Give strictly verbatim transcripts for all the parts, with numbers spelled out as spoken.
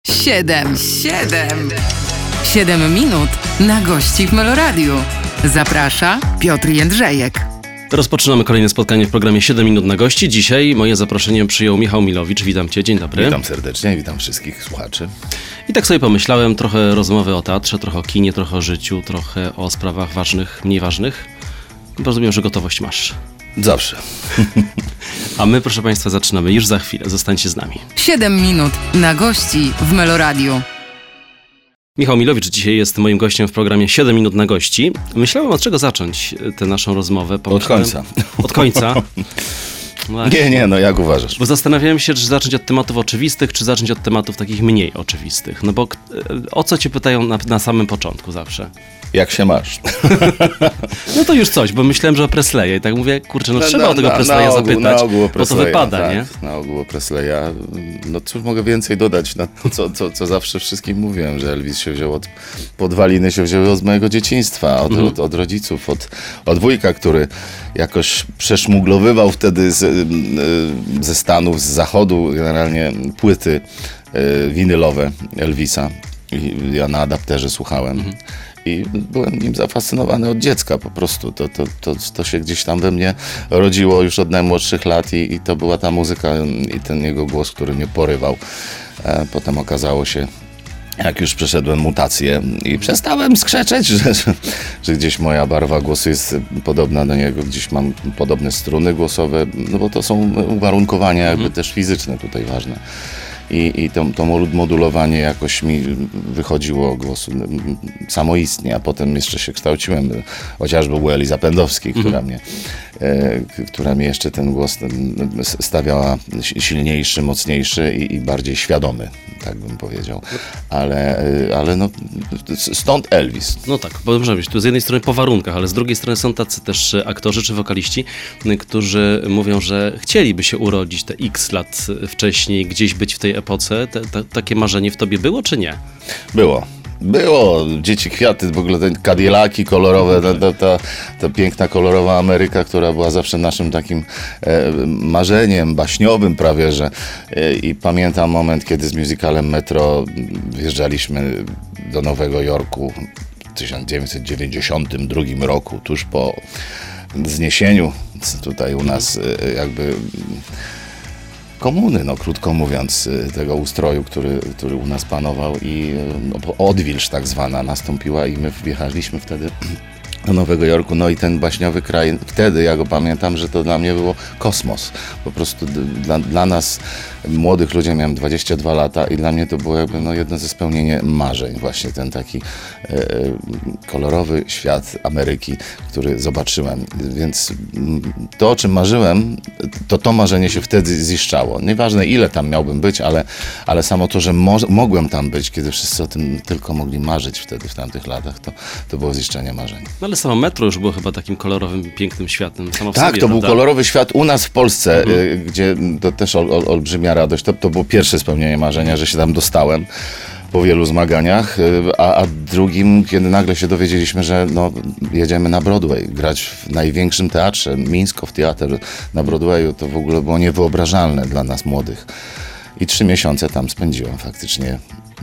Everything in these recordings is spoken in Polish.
Siedem, siedem, siedem minut na gości w Meloradiu. Zaprasza Piotr Jędrzejek. Rozpoczynamy kolejne spotkanie w programie siedem minut na gości. Dzisiaj moje zaproszenie przyjął Michał Milowicz. Witam Cię, dzień dobry. Witam serdecznie, witam wszystkich słuchaczy. I tak sobie pomyślałem, trochę rozmowy o teatrze, trochę o kinie, trochę o życiu, trochę o sprawach ważnych, mniej ważnych. Rozumiem, że gotowość masz. Zawsze. A my, proszę Państwa, zaczynamy już za chwilę. Zostańcie z nami. Siedem minut na gości w Meloradiu. Michał Milowicz dzisiaj jest moim gościem w programie siedem minut na gości. Myślałem, od czego zacząć tę naszą rozmowę. Pomyślałem... Od końca. Od końca? Właśnie. Nie, nie, no jak uważasz? Bo zastanawiałem się, czy zacząć od tematów oczywistych, czy zacząć od tematów takich mniej oczywistych. No bo o co Cię pytają na, na samym początku zawsze? Jak się masz? No to już coś, bo myślałem, że o Presleya i tak mówię, kurczę, no na, trzeba na, o tego na, Presleya na ogół, zapytać, na ogół o bo to wypada, tak, nie? Na ogół o Presleya. No cóż mogę więcej dodać na to, co, co, co zawsze wszystkim mówiłem, że Elvis się wziął od, podwaliny się wzięły od mojego dzieciństwa, od, mhm. od, od rodziców, od, od wujka, który jakoś przeszmuglowywał wtedy z, ze Stanów, z zachodu generalnie płyty winylowe Elvisa. I ja na adapterze słuchałem. Mhm. I byłem nim zafascynowany od dziecka po prostu. To, to, to, to się gdzieś tam we mnie rodziło już od najmłodszych lat i, i to była ta muzyka i ten jego głos, który mnie porywał. E, potem okazało się, jak już przeszedłem mutację i przestałem skrzeczeć, że, że, że gdzieś moja barwa głosu jest podobna do niego, gdzieś mam podobne struny głosowe, no bo to są uwarunkowania jakby mhm. też fizyczne tutaj ważne. I, i to, to modulowanie jakoś mi wychodziło głosu samoistnie, a potem jeszcze się kształciłem, chociażby u Eli Zapędowskiej, mm. która mnie, e, która mi jeszcze ten głos ten, stawiała silniejszy, mocniejszy i, i bardziej świadomy, tak bym powiedział. Ale, ale no, stąd Elvis. No tak, bo może być tu z jednej strony po warunkach, ale z drugiej strony są tacy też aktorzy czy wokaliści, którzy mówią, że chcieliby się urodzić te x lat wcześniej, gdzieś być w tej epoce. Te, te, takie marzenie w tobie było, czy nie? Było. Było. Dzieci kwiaty, w ogóle te Cadillaki kolorowe, ta, ta, ta, ta piękna kolorowa Ameryka, która była zawsze naszym takim e, marzeniem, baśniowym prawie, że e, i pamiętam moment, kiedy z musicalem Metro wjeżdżaliśmy do Nowego Jorku w tysiąc dziewięćset dziewięćdziesiątym drugim roku, tuż po zniesieniu tutaj u nas e, jakby komuny, no krótko mówiąc, tego ustroju, który, który u nas panował i no, odwilż tak zwana nastąpiła i my wjechaliśmy wtedy do Nowego Jorku, no i ten baśniowy kraj, wtedy ja go pamiętam, że to dla mnie było kosmos. Po prostu dla, dla nas, młodych ludzi, miałem dwadzieścia dwa lata i dla mnie to było jakby no, jedno ze spełnienie marzeń. Właśnie ten taki e, kolorowy świat Ameryki, który zobaczyłem. Więc to, o czym marzyłem, to to marzenie się wtedy ziszczało. Nieważne ile tam miałbym być, ale, ale samo to, że mo- mogłem tam być, kiedy wszyscy o tym tylko mogli marzyć wtedy, w tamtych latach, to, to było ziszczenie marzeń. No ale samo Metro już było chyba takim kolorowym, pięknym światem. Samo w tak, sobie, to prawda? był kolorowy świat u nas w Polsce, Mhm. y, gdzie to też ol, ol, olbrzymia radość. To, to było pierwsze spełnienie marzenia, że się tam dostałem po wielu zmaganiach, y, a, a drugim, kiedy nagle się dowiedzieliśmy, że no, jedziemy na Broadway, grać w największym teatrze, Minskow Theater na Broadwayu, to w ogóle było niewyobrażalne dla nas młodych. I trzy miesiące tam spędziłem faktycznie.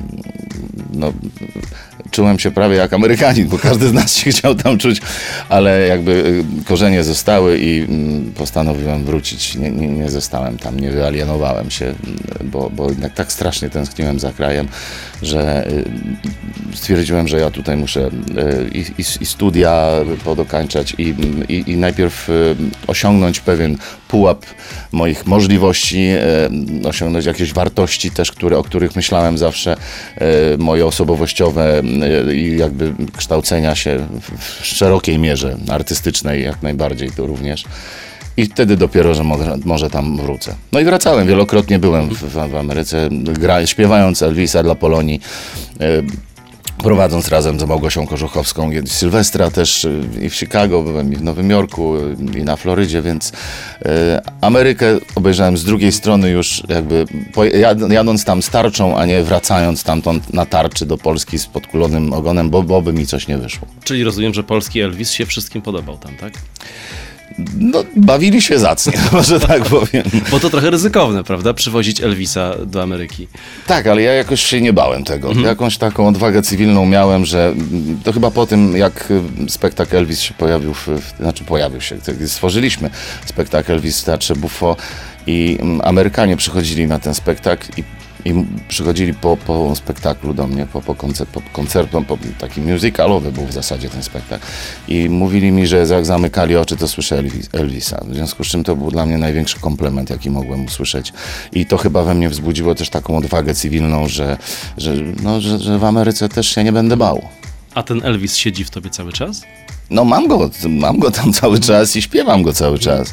No, czułem się prawie jak Amerykanin, bo każdy z nas się chciał tam czuć, ale jakby korzenie zostały i postanowiłem wrócić. Nie, nie, nie zostałem tam, nie wyalienowałem się, bo, bo jednak tak strasznie tęskniłem za krajem, że stwierdziłem, że ja tutaj muszę i, i, i studia podokańczać i, i, i najpierw osiągnąć pewien pułap moich możliwości, osiągnąć jakieś wartości też, które, o których myślałem zawsze, moje osobowościowe i jakby kształcenia się w szerokiej mierze artystycznej jak najbardziej to również. I wtedy dopiero, że może, może tam wrócę. No i wracałem, wielokrotnie byłem w, w Ameryce, gra, śpiewając Elvisa dla Polonii, prowadząc razem z Małgosią Korzuchowską Sylwestra też i w Chicago, byłem i w Nowym Jorku i na Florydzie, więc e, Amerykę obejrzałem z drugiej strony już jakby pojad, jadąc tam z tarczą, a nie wracając stamtąd na tarczy do Polski z podkulonym ogonem, bo, bo by mi coś nie wyszło. Czyli rozumiem, że polski Elvis się wszystkim podobał tam, tak? No, bawili się zacnie, może tak powiem. Bo to trochę ryzykowne, prawda? Przywozić Elvisa do Ameryki. Tak, ale ja jakoś się nie bałem tego. Mhm. Jakąś taką odwagę cywilną miałem, że to chyba po tym, jak spektakl Elvis się pojawił, w, znaczy pojawił się, gdy stworzyliśmy spektakl Elvis w Teatrze Buffo i Amerykanie przychodzili na ten spektakl i I przychodzili po, po spektaklu do mnie, po, po, koncert, po koncertu, po, taki musicalowy był w zasadzie ten spektakl. I mówili mi, że jak zamykali oczy, to słyszę Elvis, Elvisa. W związku z czym to był dla mnie największy komplement, jaki mogłem usłyszeć. I to chyba we mnie wzbudziło też taką odwagę cywilną, że, że, no, że, że w Ameryce też się nie będę bał. A ten Elvis siedzi w tobie cały czas? No mam go, mam go tam cały czas i śpiewam go cały czas.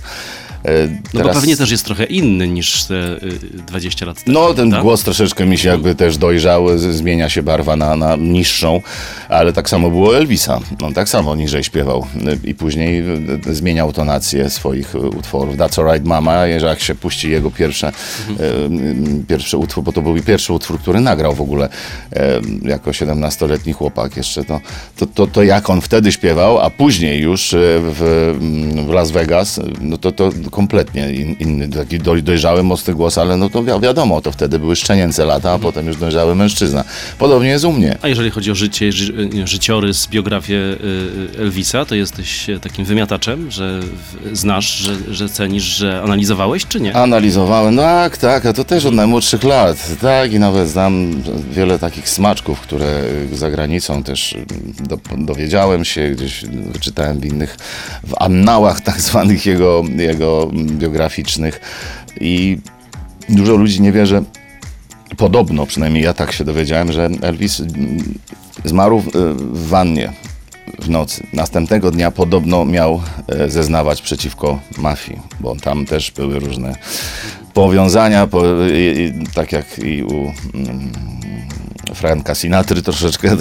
No Teraz... bo pewnie też jest trochę inny niż te dwadzieścia lat temu. No ten tak? głos troszeczkę mi się jakby też dojrzał, zmienia się barwa na, na niższą, ale tak samo było Elvisa. On tak samo niżej śpiewał i później zmieniał tonację swoich utworów. That's Alright Mama, jak się puści jego pierwsze, mhm. pierwszy utwór, bo to był pierwszy utwór, który nagrał w ogóle jako siedemnastoletni chłopak jeszcze, to, to, to, to jak on wtedy śpiewał, a później już w, w Las Vegas, no to, to kompletnie inny, taki dojrzały, mocny głos, ale no to wi- wiadomo, to wtedy były szczenięce lata, a mhm. potem już dojrzały mężczyzna. Podobnie jest u mnie. A jeżeli chodzi o życie, ży, życiorys, biografię Elvisa, to jesteś takim wymiataczem, że znasz, że, że cenisz, że analizowałeś, czy nie? Analizowałem, no tak, tak, a to też od najmłodszych lat, tak, i nawet znam wiele takich smaczków, które za granicą też do, dowiedziałem się, gdzieś wyczytałem w innych, w annałach tak zwanych jego, jego biograficznych i dużo ludzi nie wie, że podobno, przynajmniej ja tak się dowiedziałem, że Elvis zmarł w wannie w nocy. Następnego dnia podobno miał zeznawać przeciwko mafii, bo tam też były różne powiązania, po, i, i, tak jak i u mm, Franka Sinatry troszeczkę,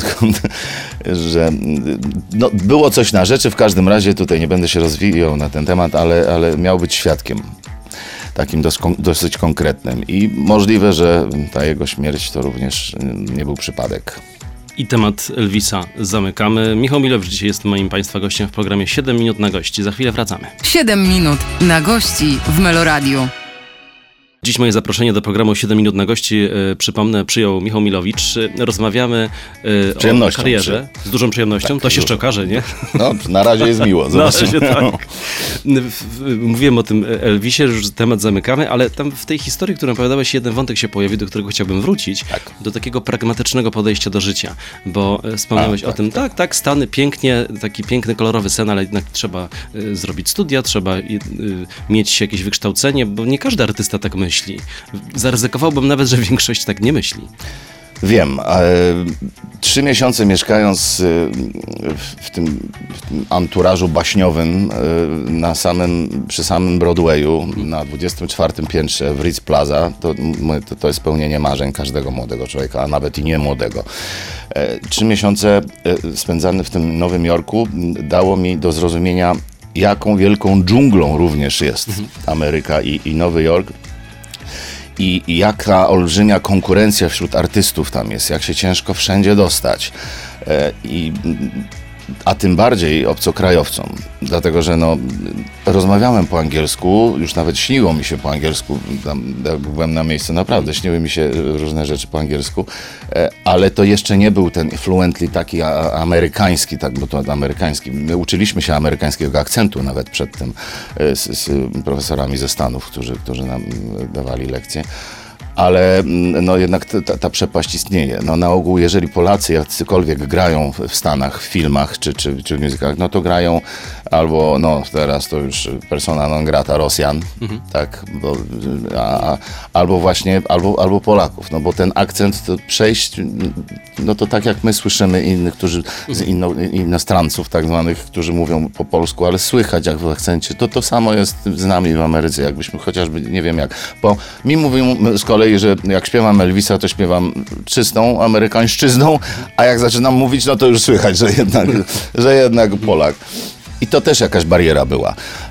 że no, było coś na rzeczy, w każdym razie tutaj nie będę się rozwijał na ten temat, ale, ale miał być świadkiem takim dos- dosyć konkretnym i możliwe, że ta jego śmierć to również nie był przypadek. I temat Elvisa zamykamy. Michał Milowicz dzisiaj jest moim Państwa gościem w programie siedem minut na gości. Za chwilę wracamy. siedem minut na gości w Meloradiu. Dziś moje zaproszenie do programu siedem minut na gości, e, przypomnę, przyjął Michał Milowicz. E, rozmawiamy e, o karierze. Przy... Z dużą przyjemnością. Tak, to się jeszcze okaże, nie? No, na razie jest miło. Zobaczymy. Na razie tak. Mówiłem o tym Elvisie, że już temat zamykamy, ale tam w tej historii, którą opowiadałeś, jeden wątek się pojawił, do którego chciałbym wrócić. Tak. Do takiego pragmatycznego podejścia do życia. Bo wspomniałeś A, tak, o tym, tak, tak, tak, Stany, pięknie, taki piękny, kolorowy sen, ale jednak trzeba y, zrobić studia, trzeba y, y, mieć jakieś wykształcenie, bo nie każdy artysta tak myśli. Zaryzykowałbym nawet, że większość tak nie myśli. Wiem. E, trzy miesiące mieszkając w tym, w tym anturażu baśniowym e, na samym, przy samym Broadwayu na dwudziestym czwartym piętrze w Ritz Plaza, to, to, to jest spełnienie marzeń każdego młodego człowieka, a nawet i nie młodego. E, trzy miesiące spędzane w tym Nowym Jorku dało mi do zrozumienia, jaką wielką dżunglą również jest mhm. Ameryka i, i Nowy Jork. I, I jaka olbrzymia konkurencja wśród artystów tam jest, jak się ciężko wszędzie dostać. E, i, a tym bardziej obcokrajowcom, dlatego że no, rozmawiałem po angielsku, już nawet śniło mi się po angielsku, tam, jak byłem na miejscu, naprawdę śniły mi się różne rzeczy po angielsku, e, ale to jeszcze nie był ten fluently taki a, amerykański, tak, bo to amerykański. My uczyliśmy się amerykańskiego akcentu nawet przed tym e, z, z profesorami ze Stanów, którzy, którzy nam dawali lekcje. Ale no jednak ta, ta przepaść istnieje. No na ogół, jeżeli Polacy jacykolwiek grają w Stanach, w filmach czy, czy, czy w muzykach, no to grają albo, no teraz to już persona non grata Rosjan, mhm. tak, bo, a, albo właśnie, albo, albo Polaków, no bo ten akcent to przejść, no to tak jak my słyszymy innych, którzy, z inno, inostranców tak zwanych, którzy mówią po polsku, ale słychać jak w akcencie, to to samo jest z nami w Ameryce, jakbyśmy chociażby, nie wiem jak, bo mi mówią z kolei, że jak śpiewam Elvisa, to śpiewam czystą amerykańszczyzną, a jak zaczynam mówić, no to już słychać, że jednak, że jednak Polak. I to też jakaś bariera była.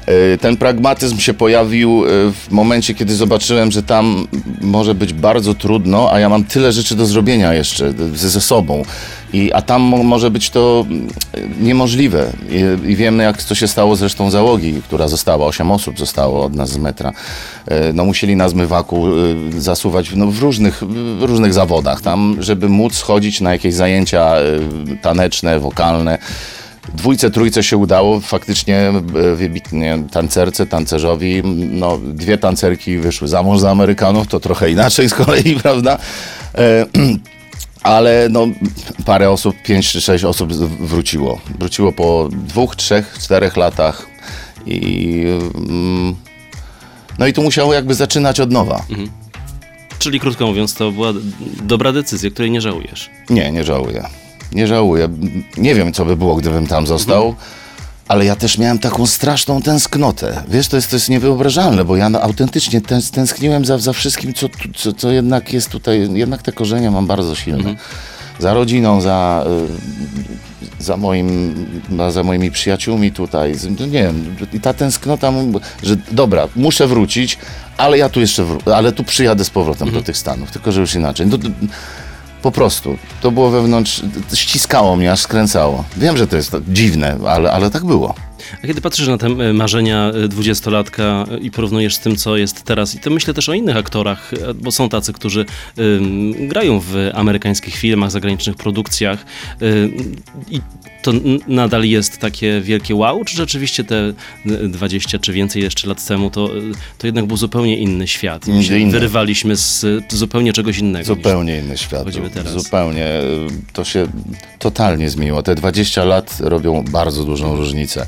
Ten pragmatyzm się pojawił w momencie, kiedy zobaczyłem, że tam może być bardzo trudno, a ja mam tyle rzeczy do zrobienia jeszcze ze, ze sobą. I, a tam mo- może być to niemożliwe. I, I wiemy, jak to się stało zresztą załogi, która została, osiem osób zostało od nas z metra. No musieli na zmywaku zasuwać no, w, różnych, w różnych zawodach tam, żeby móc chodzić na jakieś zajęcia taneczne, wokalne. Dwójce, trójce się udało, faktycznie wybitnie tancerce, tancerzowi, no dwie tancerki wyszły za mąż za Amerykanów, to trochę inaczej z kolei, prawda? E, ale no parę osób, pięć czy sześć osób wróciło. Wróciło po dwóch, trzech, czterech latach i mm, no i tu musiało jakby zaczynać od nowa. Mhm. Czyli krótko mówiąc, to była dobra decyzja, której nie żałujesz. Nie, nie żałuję. Nie żałuję. Nie wiem, co by było, gdybym tam został, mhm. ale ja też miałem taką straszną tęsknotę. Wiesz, to jest, to jest niewyobrażalne, bo ja no, autentycznie tęs- tęskniłem za, za wszystkim, co, co, co jednak jest tutaj. Jednak te korzenie mam bardzo silne. Mhm. Za rodziną, za, za, moim, za moimi przyjaciółmi tutaj. Nie wiem, i ta tęsknota, że dobra, muszę wrócić, ale ja tu jeszcze, wró- ale tu przyjadę z powrotem mhm. do tych Stanów, tylko że już inaczej. No, po prostu. To było wewnątrz, ściskało mnie, aż skręcało. Wiem, że to jest dziwne, ale, ale tak było. A kiedy patrzysz na te marzenia dwudziestolatka i porównujesz z tym, co jest teraz, i to myślę też o innych aktorach, bo są tacy, którzy ym, grają w amerykańskich filmach, zagranicznych produkcjach ym, i to n- nadal jest takie wielkie wow, czy rzeczywiście te dwadzieścia czy więcej jeszcze lat temu to, to jednak był zupełnie inny świat. I się wyrywaliśmy z zupełnie czegoś innego. Zupełnie inny świat. Zupełnie. To się totalnie zmieniło. Te dwadzieścia lat robią bardzo dużą różnicę.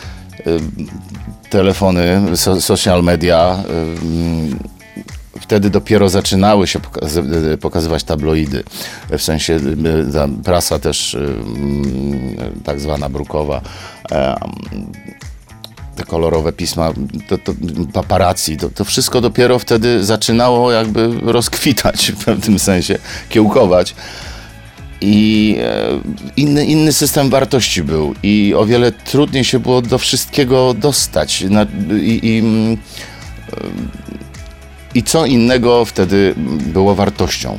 Telefony, so, social media, wtedy dopiero zaczynały się pokazy- pokazywać tabloidy. W sensie ta prasa też tak zwana brukowa, te kolorowe pisma, to, to paparazzi, to, to wszystko dopiero wtedy zaczynało jakby rozkwitać w pewnym sensie, kiełkować. I inny, inny system wartości był i o wiele trudniej się było do wszystkiego dostać. I, i, i co innego wtedy było wartością.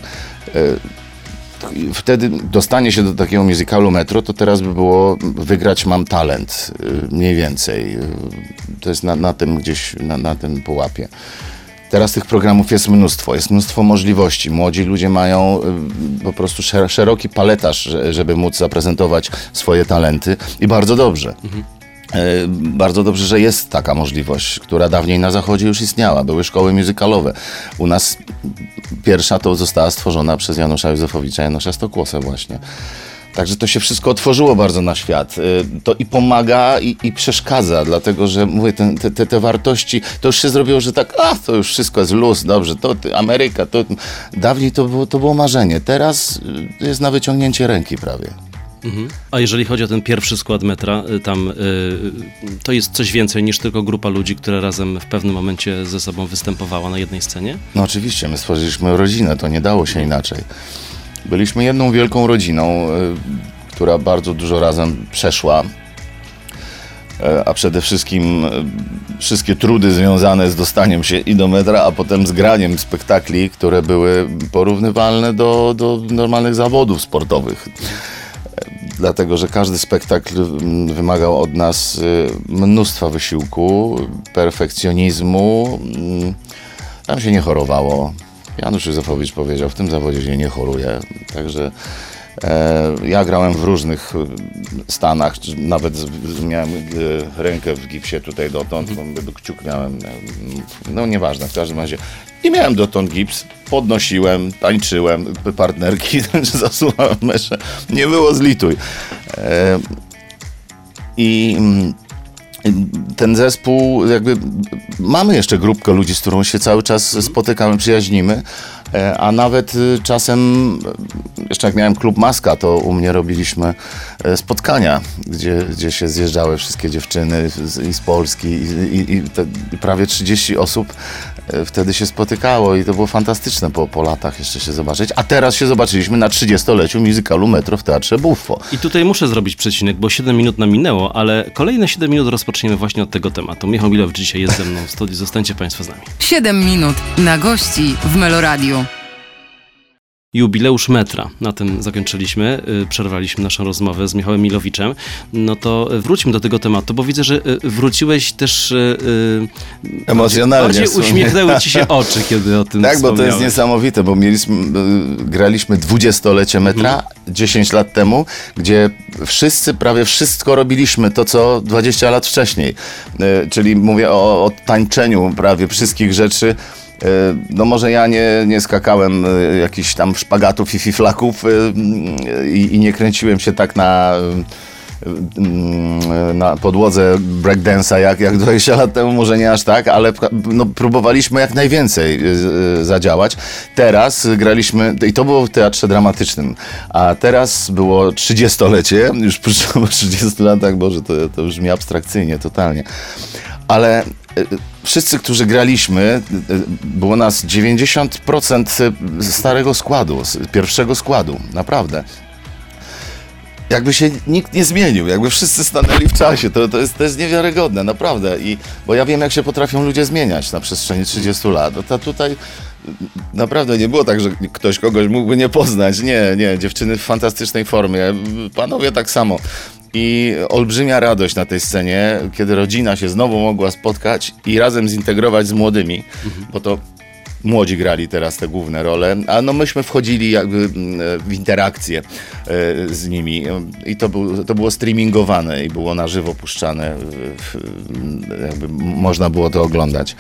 Wtedy dostanie się do takiego musicalu Metro, to teraz by było wygrać Mam Talent, mniej więcej. To jest na, na tym gdzieś, na, na tym pułapie. Teraz tych programów jest mnóstwo, jest mnóstwo możliwości. Młodzi ludzie mają po prostu szer- szeroki paletaż, żeby móc zaprezentować swoje talenty i bardzo dobrze. Mhm. E, bardzo dobrze, że jest taka możliwość, która dawniej na Zachodzie już istniała. Były szkoły musicalowe. U nas pierwsza to została stworzona przez Janusza Józefowicza, Janusza Stokłosa właśnie. Także to się wszystko otworzyło bardzo na świat. To i pomaga, i, i przeszkadza, dlatego że mówię, ten, te, te, te wartości, to już się zrobiło, że tak, a to już wszystko jest luz, dobrze, to Ameryka, to... Dawniej to było, to było marzenie, teraz jest na wyciągnięcie ręki prawie. Mhm. A jeżeli chodzi o ten pierwszy skład Metra, tam y, to jest coś więcej niż tylko grupa ludzi, która razem w pewnym momencie ze sobą występowała na jednej scenie? No oczywiście, my stworzyliśmy rodzinę, to nie dało się inaczej. Byliśmy jedną wielką rodziną, y, która bardzo dużo razem przeszła, y, a przede wszystkim y, wszystkie trudy związane z dostaniem się i do metra, a potem z graniem spektakli, które były porównywalne do, do normalnych zawodów sportowych. Dlatego, że każdy spektakl wymagał od nas mnóstwa wysiłku, perfekcjonizmu. Tam się nie chorowało. Janusz Józefowicz powiedział, w tym zawodzie się nie choruje. Także e, ja grałem w różnych stanach, nawet z, miałem e, rękę w gipsie tutaj dotąd, bo kciuk miałem, no nieważne, w każdym razie. I miałem dotąd gips, podnosiłem, tańczyłem, partnerki zasuwałem meszę, nie było zlituj. E, I ten zespół, jakby mamy jeszcze grupkę ludzi, z którą się cały czas spotykamy, przyjaźnimy, a nawet czasem, jeszcze jak miałem klub Maska, to u mnie robiliśmy spotkania, gdzie, gdzie się zjeżdżały wszystkie dziewczyny z, i z Polski i, i, i, te, i prawie trzydzieści osób wtedy się spotykało i to było fantastyczne po, po latach jeszcze się zobaczyć. A teraz się zobaczyliśmy na trzydziestoleciu musicalu Metro w Teatrze Buffo. I tutaj muszę zrobić przecinek, bo siedem minut nam minęło, ale kolejne siedem minut rozpoczniemy właśnie od tego tematu. Michał Milow dzisiaj jest ze mną w studiu. Zostańcie Państwo z nami. siedem minut na gości w Meloradiu. Jubileusz metra. Na tym zakończyliśmy. Przerwaliśmy naszą rozmowę z Michałem Milowiczem. No to wróćmy do tego tematu, bo widzę, że wróciłeś też emocjonalnie. Bardziej uśmiechnęły ci się oczy, kiedy o tym Tak, bo to jest wspomniałeś. niesamowite, bo mieliśmy, graliśmy dwudziestolecie metra mhm. dziesięć lat temu, gdzie wszyscy, prawie wszystko robiliśmy to, co dwadzieścia lat wcześniej. Czyli mówię o, o tańczeniu prawie wszystkich rzeczy. No może ja nie, nie skakałem jakichś tam szpagatów i fiflaków i, i nie kręciłem się tak na, na podłodze breakdance'a jak, jak dwadzieścia lat temu, może nie aż tak, ale no, próbowaliśmy jak najwięcej zadziałać. Teraz graliśmy, i to było w Teatrze Dramatycznym, a teraz było trzydziestolecie, już po trzydziestu latach, Boże, to, to brzmi abstrakcyjnie totalnie, ale wszyscy, którzy graliśmy, było nas dziewięćdziesiąt procent starego składu, pierwszego składu, naprawdę. Jakby się nikt nie zmienił, jakby wszyscy stanęli w czasie, to, to, jest, to jest niewiarygodne, naprawdę. I, bo ja wiem, jak się potrafią ludzie zmieniać na przestrzeni trzydziestu lat. To tutaj naprawdę nie było tak, że ktoś kogoś mógłby nie poznać. Nie, nie, dziewczyny w fantastycznej formie, panowie tak samo. I olbrzymia radość na tej scenie, kiedy rodzina się znowu mogła spotkać i razem zintegrować z młodymi, mhm. bo to młodzi grali teraz te główne role, a no myśmy wchodzili jakby w interakcję z nimi i to, był, to było streamingowane i było na żywo puszczane, jakby można było to oglądać.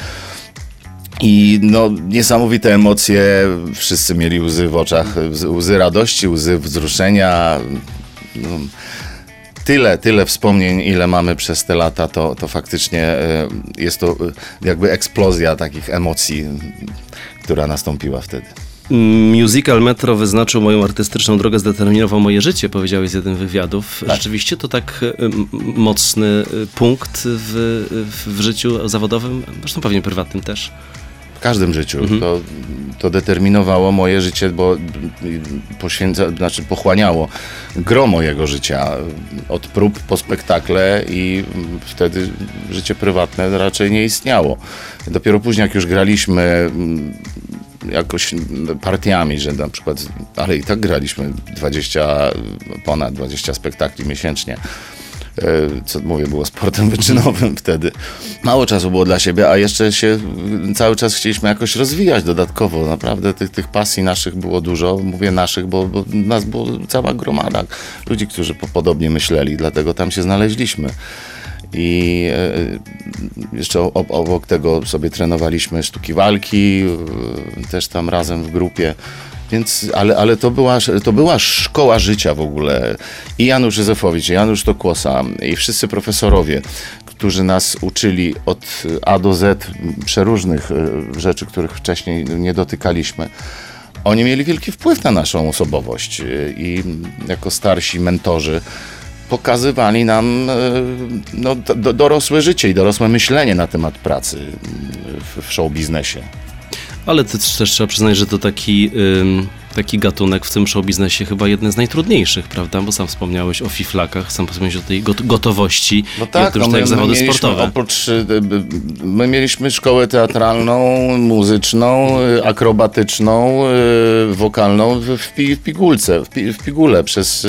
I no, niesamowite emocje, wszyscy mieli łzy w oczach, łzy radości, łzy wzruszenia. No, Tyle, tyle wspomnień, ile mamy przez te lata, to, to faktycznie jest to jakby eksplozja takich emocji, która nastąpiła wtedy. Musical Metro wyznaczył moją artystyczną drogę, zdeterminował moje życie, powiedziałeś z jednym wywiadów. Tak. Rzeczywiście to tak mocny punkt w, w życiu zawodowym, zresztą pewnie prywatnym też. W każdym życiu. Mhm. To, to determinowało moje życie, bo poświęca, znaczy pochłaniało gro mojego życia. Od prób po spektakle i wtedy życie prywatne raczej nie istniało. Dopiero później, jak już graliśmy jakoś partiami, że na przykład, ale i tak graliśmy dwadzieścia, ponad dwadzieścia spektakli miesięcznie. Co mówię, było sportem wyczynowym wtedy. Mało czasu było dla siebie, a jeszcze się cały czas chcieliśmy jakoś rozwijać dodatkowo. Naprawdę tych, tych pasji naszych było dużo. Mówię naszych, bo, bo nas było cała gromada ludzi, którzy podobnie myśleli, dlatego tam się znaleźliśmy. I jeszcze obok tego sobie trenowaliśmy sztuki walki, też tam razem w grupie. Więc, ale, ale to była, to była szkoła życia w ogóle. I Janusz Józefowicz, i Janusz Tokłosa, i wszyscy profesorowie, którzy nas uczyli od A do Z przeróżnych rzeczy, których wcześniej nie dotykaliśmy. Oni mieli wielki wpływ na naszą osobowość i jako starsi mentorzy pokazywali nam no, do, dorosłe życie i dorosłe myślenie na temat pracy w, w show biznesie. Ale to też trzeba przyznać, że to taki, ym, taki gatunek w tym show biznesie chyba jeden z najtrudniejszych, prawda? Bo sam wspomniałeś o fiflakach, sam wspomniałeś o tej got- gotowości no tak, i o tym, że no to jak my, zawody my sportowe. Oprócz, my mieliśmy szkołę teatralną, muzyczną, akrobatyczną, wokalną w, w, w Pigułce, w, w Pigule przez...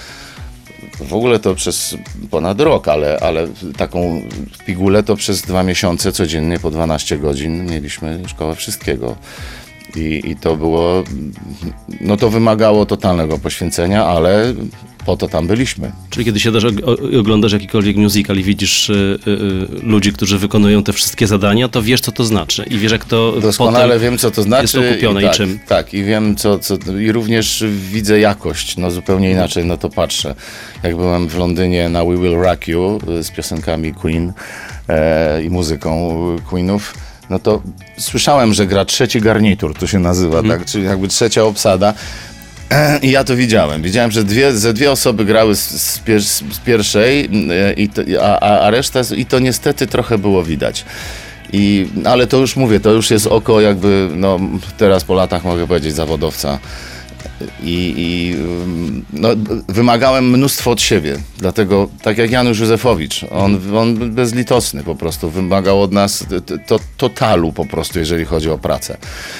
W ogóle to przez ponad rok, ale, ale taką w Pigule to przez dwa miesiące codziennie po dwanaście godzin mieliśmy szkołę wszystkiego. I, I to było, no to wymagało totalnego poświęcenia, ale po to tam byliśmy. Czyli kiedy siadasz i oglądasz jakikolwiek musical i widzisz y, y, ludzi, którzy wykonują te wszystkie zadania, to wiesz, co to znaczy i wiesz, jak to doskonale wiem, co to znaczy. Jest okupione i, tak, i czym. Tak, i wiem, co, co... I również widzę jakość, no zupełnie inaczej na to patrzę. Jak byłem w Londynie na We Will Rock You z piosenkami Queen e, i muzyką Queenów, no to słyszałem, że gra trzeci garnitur, to się nazywa, hmm. tak, czyli jakby trzecia obsada. I ja to widziałem. Widziałem, że dwie, ze dwie osoby grały z, z, pier, z pierwszej, i to, a, a reszta, i to niestety trochę było widać. I, ale to już mówię, to już jest oko jakby, no teraz po latach mogę powiedzieć zawodowca. I, i no, wymagałem mnóstwo od siebie, dlatego tak jak Janusz Józefowicz, on, on bezlitosny po prostu, wymagał od nas to, totalu po prostu, jeżeli chodzi o pracę.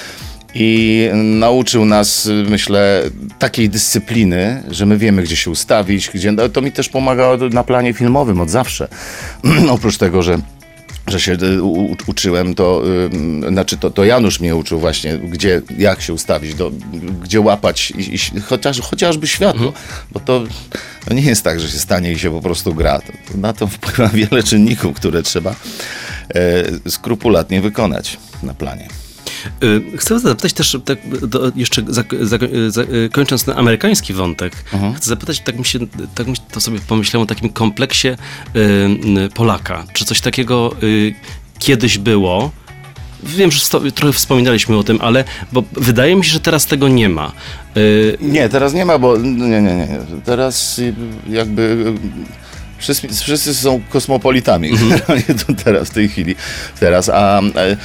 I nauczył nas, myślę, takiej dyscypliny, że my wiemy, gdzie się ustawić, gdzie, to mi też pomagało na planie filmowym od zawsze. Oprócz tego, że że się u, uczyłem, to yy, znaczy to, to Janusz mnie uczył właśnie, gdzie, jak się ustawić, do, gdzie łapać i, i, chociaż, chociażby światło, mhm. bo to, to nie jest tak, że się stanie i się po prostu gra. To, to na to wpływa wiele czynników, które trzeba e, skrupulatnie wykonać na planie. Chcę zapytać też, tak, do, jeszcze za, za, za, kończąc ten amerykański wątek, uh-huh. chcę zapytać, tak mi się, tak mi to sobie pomyślałem o takim kompleksie y, Polaka. Czy coś takiego y, kiedyś było? Wiem, że sto, trochę wspominaliśmy o tym, ale bo wydaje mi się, że teraz tego nie ma. Y, nie, teraz nie ma, bo nie, nie, nie. Teraz jakby... Wszyscy, wszyscy są kosmopolitami mm-hmm. teraz, w tej chwili. Teraz, a...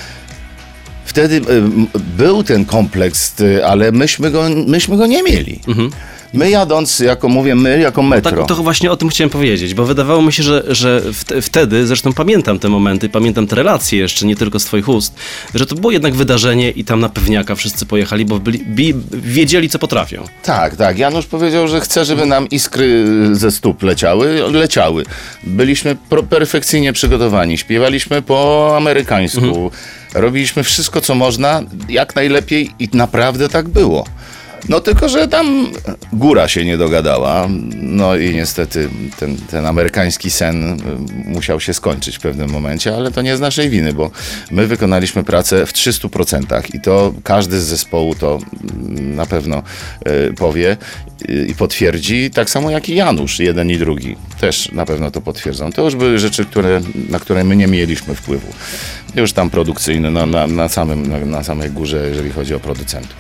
Wtedy y, był ten kompleks, y, ale myśmy go, myśmy go nie mieli. Mhm. My jadąc, jako mówię, my jako metro. Tak, to właśnie o tym chciałem powiedzieć, bo wydawało mi się, że, że w, wtedy, zresztą pamiętam te momenty, pamiętam te relacje jeszcze, nie tylko z twoich ust, że to było jednak wydarzenie i tam na pewniaka wszyscy pojechali, bo byli, bi, wiedzieli, co potrafią. Tak, tak. Janusz powiedział, że chce, żeby nam iskry ze stóp leciały. Leciały. Byliśmy pro, perfekcyjnie przygotowani. Śpiewaliśmy po amerykańsku. Mhm. Robiliśmy wszystko, co można, jak najlepiej i naprawdę tak było. No tylko, że tam góra się nie dogadała, no i niestety ten, ten amerykański sen musiał się skończyć w pewnym momencie, ale to nie z naszej winy, bo my wykonaliśmy pracę w trzystu procentach i to każdy z zespołu to na pewno y, powie i potwierdzi, tak samo jak i Janusz, jeden i drugi też na pewno to potwierdzą. To już były rzeczy, które, na które my nie mieliśmy wpływu. Już tam produkcyjny, no, na, na, samym, na, na samej górze, jeżeli chodzi o producentów.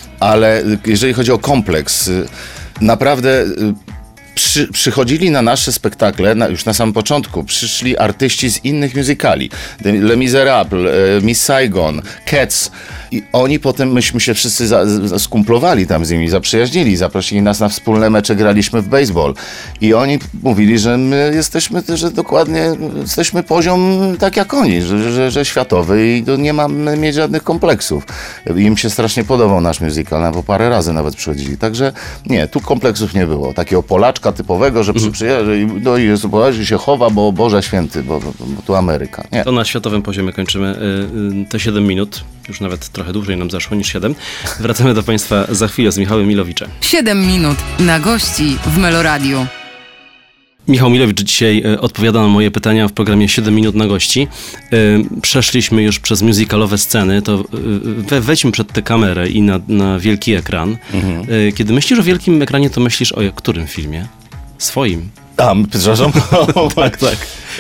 Ale jeżeli chodzi o kompleks, naprawdę przy, przychodzili na nasze spektakle, na, już na samym początku, przyszli artyści z innych musicali. Les Miserables, Miss Saigon, Cats. I oni potem, myśmy się wszyscy za, za, skumplowali tam z nimi, zaprzyjaźnili, zaprosili nas na wspólne mecze, graliśmy w baseball. I oni mówili, że my jesteśmy, że dokładnie jesteśmy poziom tak jak oni, że, że, że światowy i to nie mamy mieć żadnych kompleksów. Im się strasznie podobał nasz musical, bo parę razy nawet przychodzili. Także nie, tu kompleksów nie było. Takiego Polaczka typowego, że mm. przyjeżdża i no i jest, że się chowa, bo Boże Święty, bo, bo, bo tu Ameryka. Nie. To na światowym poziomie kończymy y, te siedem minut. Już nawet trochę dłużej nam zaszło niż siedem. Wracamy do Państwa za chwilę z Michałem Milowiczem. siedem minut na gości w Meloradiu. Michał Milowicz dzisiaj odpowiada na moje pytania w programie siedem minut na gości. Przeszliśmy już przez musicalowe sceny, to we, wejdźmy przed tę kamerę i na, na wielki ekran. Mhm. Kiedy myślisz o wielkim ekranie, to myślisz o którym filmie? Swoim. A, przepraszam? tak, tak.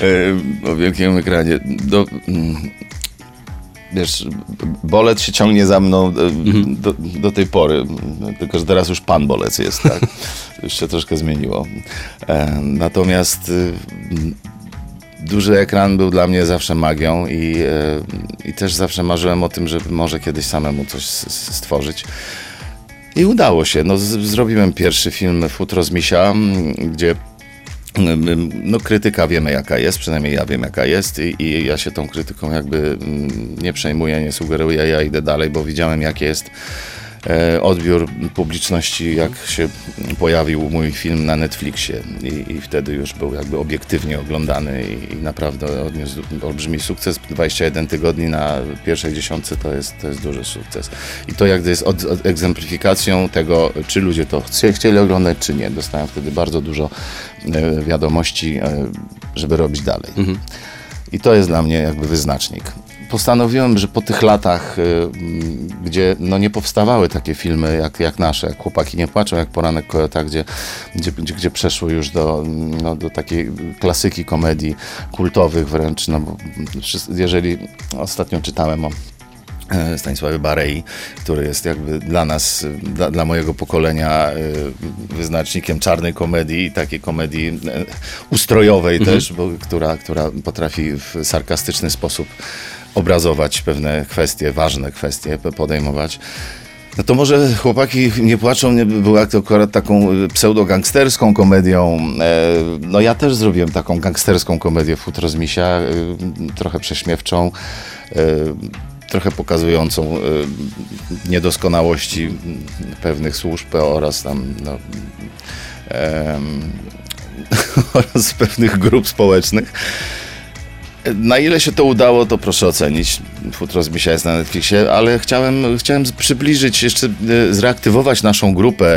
O wielkim ekranie. Do... Wiesz, Bolec się ciągnie za mną mm-hmm. do, do tej pory, tylko że teraz już pan Bolec jest, tak? Już się troszkę zmieniło. E, natomiast y, duży ekran był dla mnie zawsze magią i, y, i też zawsze marzyłem o tym, żeby może kiedyś samemu coś s- stworzyć. I udało się. No, z- zrobiłem pierwszy film Futro z Misia, gdzie no krytyka wiemy jaka jest, przynajmniej ja wiem jaka jest i, i ja się tą krytyką jakby nie przejmuję, nie sugeruję, ja idę dalej, bo widziałem jaki jest e, odbiór publiczności, jak się pojawił mój film na Netflixie i, i wtedy już był jakby obiektywnie oglądany i, i naprawdę odniósł olbrzymi sukces. dwadzieścia jeden tygodni na pierwszej dziesiątce to jest, to jest duży sukces. I to jakby jest od, od egzemplifikacją tego, czy ludzie to chci, chcieli oglądać, czy nie. Dostałem wtedy bardzo dużo e, wiadomości, e, żeby robić dalej. Mhm. I to jest dla mnie jakby wyznacznik. Postanowiłem, że po tych latach, y, gdzie no nie powstawały takie filmy jak, jak nasze, jak Chłopaki nie płaczą, jak Poranek Kojota, gdzie, gdzie, gdzie, gdzie przeszło już do, no, do takiej klasyki komedii kultowych wręcz, no bo jeżeli ostatnio czytałem o Stanisławie Barei, który jest jakby dla nas, dla, dla mojego pokolenia wyznacznikiem czarnej komedii, takiej komedii ustrojowej mhm. też, bo, która, która potrafi w sarkastyczny sposób obrazować pewne kwestie, ważne kwestie podejmować. No to może Chłopaki nie płaczą, nie było jak to akurat taką pseudo-gangsterską komedią. No ja też zrobiłem taką gangsterską komedię Futro z Misia, trochę prześmiewczą, trochę pokazującą niedoskonałości pewnych służb oraz tam no, oraz pewnych grup społecznych. Na ile się to udało, to proszę ocenić. Futro z Misia jest na Netflixie, ale chciałem, chciałem przybliżyć, jeszcze zreaktywować naszą grupę,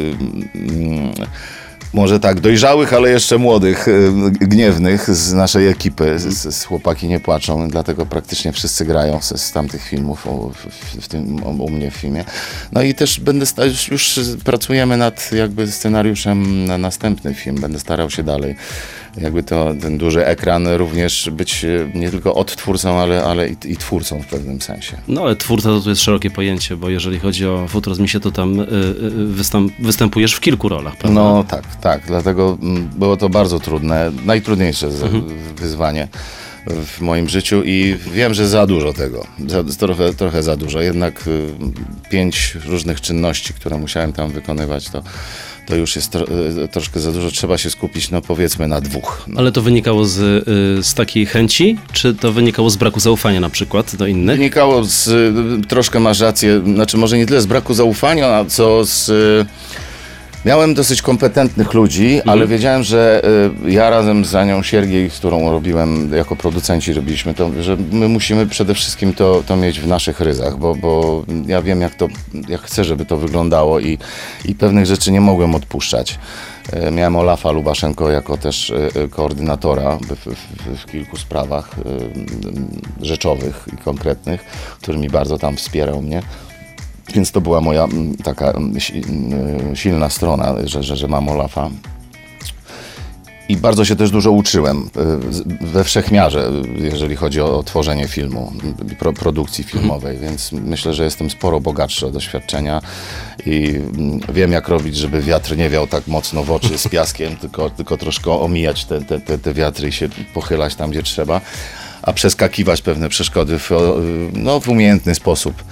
może tak, dojrzałych, ale jeszcze młodych, gniewnych z naszej ekipy. Z, z Chłopaki nie płaczą, dlatego praktycznie wszyscy grają z, z tamtych filmów, o, w, w tym, o, u mnie w filmie. No i też będę, sta- już, już pracujemy nad jakby scenariuszem na następny film, będę starał się dalej. Jakby to, ten duży ekran również być nie tylko odtwórcą, ale, ale i, i twórcą w pewnym sensie. No ale twórca to tu jest szerokie pojęcie, bo jeżeli chodzi o Futro z Misia, to tam y, y, występ, występujesz w kilku rolach, prawda? No tak, tak, dlatego mm, było to bardzo trudne, najtrudniejsze z, Mhm. wyzwanie w moim życiu i wiem, że za dużo tego, za, trochę, trochę za dużo. Jednak y, pięć różnych czynności, które musiałem tam wykonywać, to, to już jest tro, y, troszkę za dużo. Trzeba się skupić, no powiedzmy, na dwóch. No. Ale to wynikało z, y, z takiej chęci, czy to wynikało z braku zaufania na przykład do innych? Wynikało z, y, troszkę masz rację, znaczy może nie tyle z braku zaufania, a co z... Y, Miałem dosyć kompetentnych ludzi, mhm. ale wiedziałem, że y, ja razem z Anią Siergiej, z którą robiłem, jako producenci robiliśmy to, że my musimy przede wszystkim to, to mieć w naszych ryzach, bo, bo ja wiem, jak to, jak chcę, żeby to wyglądało i, i pewnych rzeczy nie mogłem odpuszczać. Y, miałem Olafa Lubaszenko jako też y, koordynatora w, w, w kilku sprawach y, rzeczowych i konkretnych, który mi bardzo tam wspierał mnie. Więc to była moja taka silna strona, że, że, że mam Olafa. I bardzo się też dużo uczyłem we wszechmiarze, jeżeli chodzi o tworzenie filmu, pro, produkcji filmowej, mhm. więc myślę, że jestem sporo bogatszy o doświadczenia i wiem, jak robić, żeby wiatr nie wiał tak mocno w oczy z piaskiem, tylko, tylko troszkę omijać te, te, te, te wiatry i się pochylać tam, gdzie trzeba, a przeskakiwać pewne przeszkody w, no, w umiejętny sposób.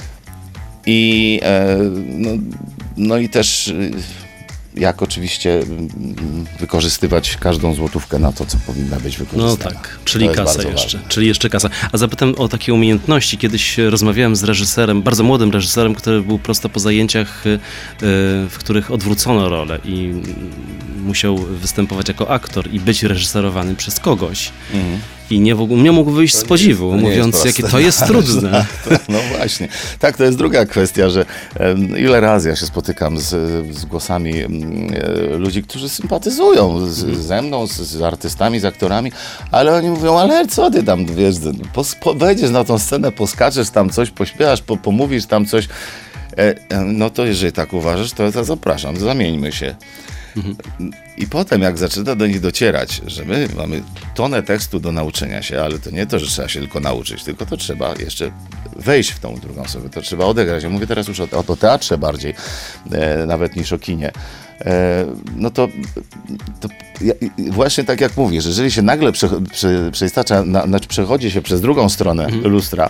I, e, no, no i też jak oczywiście wykorzystywać każdą złotówkę na to, co powinna być wykorzystana. No tak, czyli kasa jeszcze, czyli jeszcze kasa. A zapytam o takie umiejętności. Kiedyś rozmawiałem z reżyserem, bardzo młodym reżyserem, który był prosto po zajęciach, w których odwrócono rolę i musiał występować jako aktor i być reżyserowany przez kogoś. Mhm. I nie, w ogóle, nie mógł wyjść z podziwu, to mówiąc, jakie to jest trudne. No właśnie. Tak, to jest druga kwestia, że um, ile razy ja się spotykam z, z głosami um, ludzi, którzy sympatyzują z, ze mną, z, z artystami, z aktorami, ale oni mówią, ale co ty tam, wiesz, pos, po, wejdziesz na tą scenę, poskaczesz tam coś, pośpiewasz, po, pomówisz tam coś. E, no to jeżeli tak uważasz, to, to zapraszam, zamieńmy się. Mhm. I potem jak zaczyna do nich docierać, że my mamy tonę tekstu do nauczenia się, ale to nie to, że trzeba się tylko nauczyć, tylko to trzeba jeszcze wejść w tą drugą osobę, to trzeba odegrać. Ja mówię teraz już o, o teatrze bardziej, e, nawet niż o kinie. E, no to, to ja, właśnie tak jak mówisz, jeżeli się nagle prze, prze, przestacza, na, znaczy przechodzi się przez drugą stronę mhm. lustra,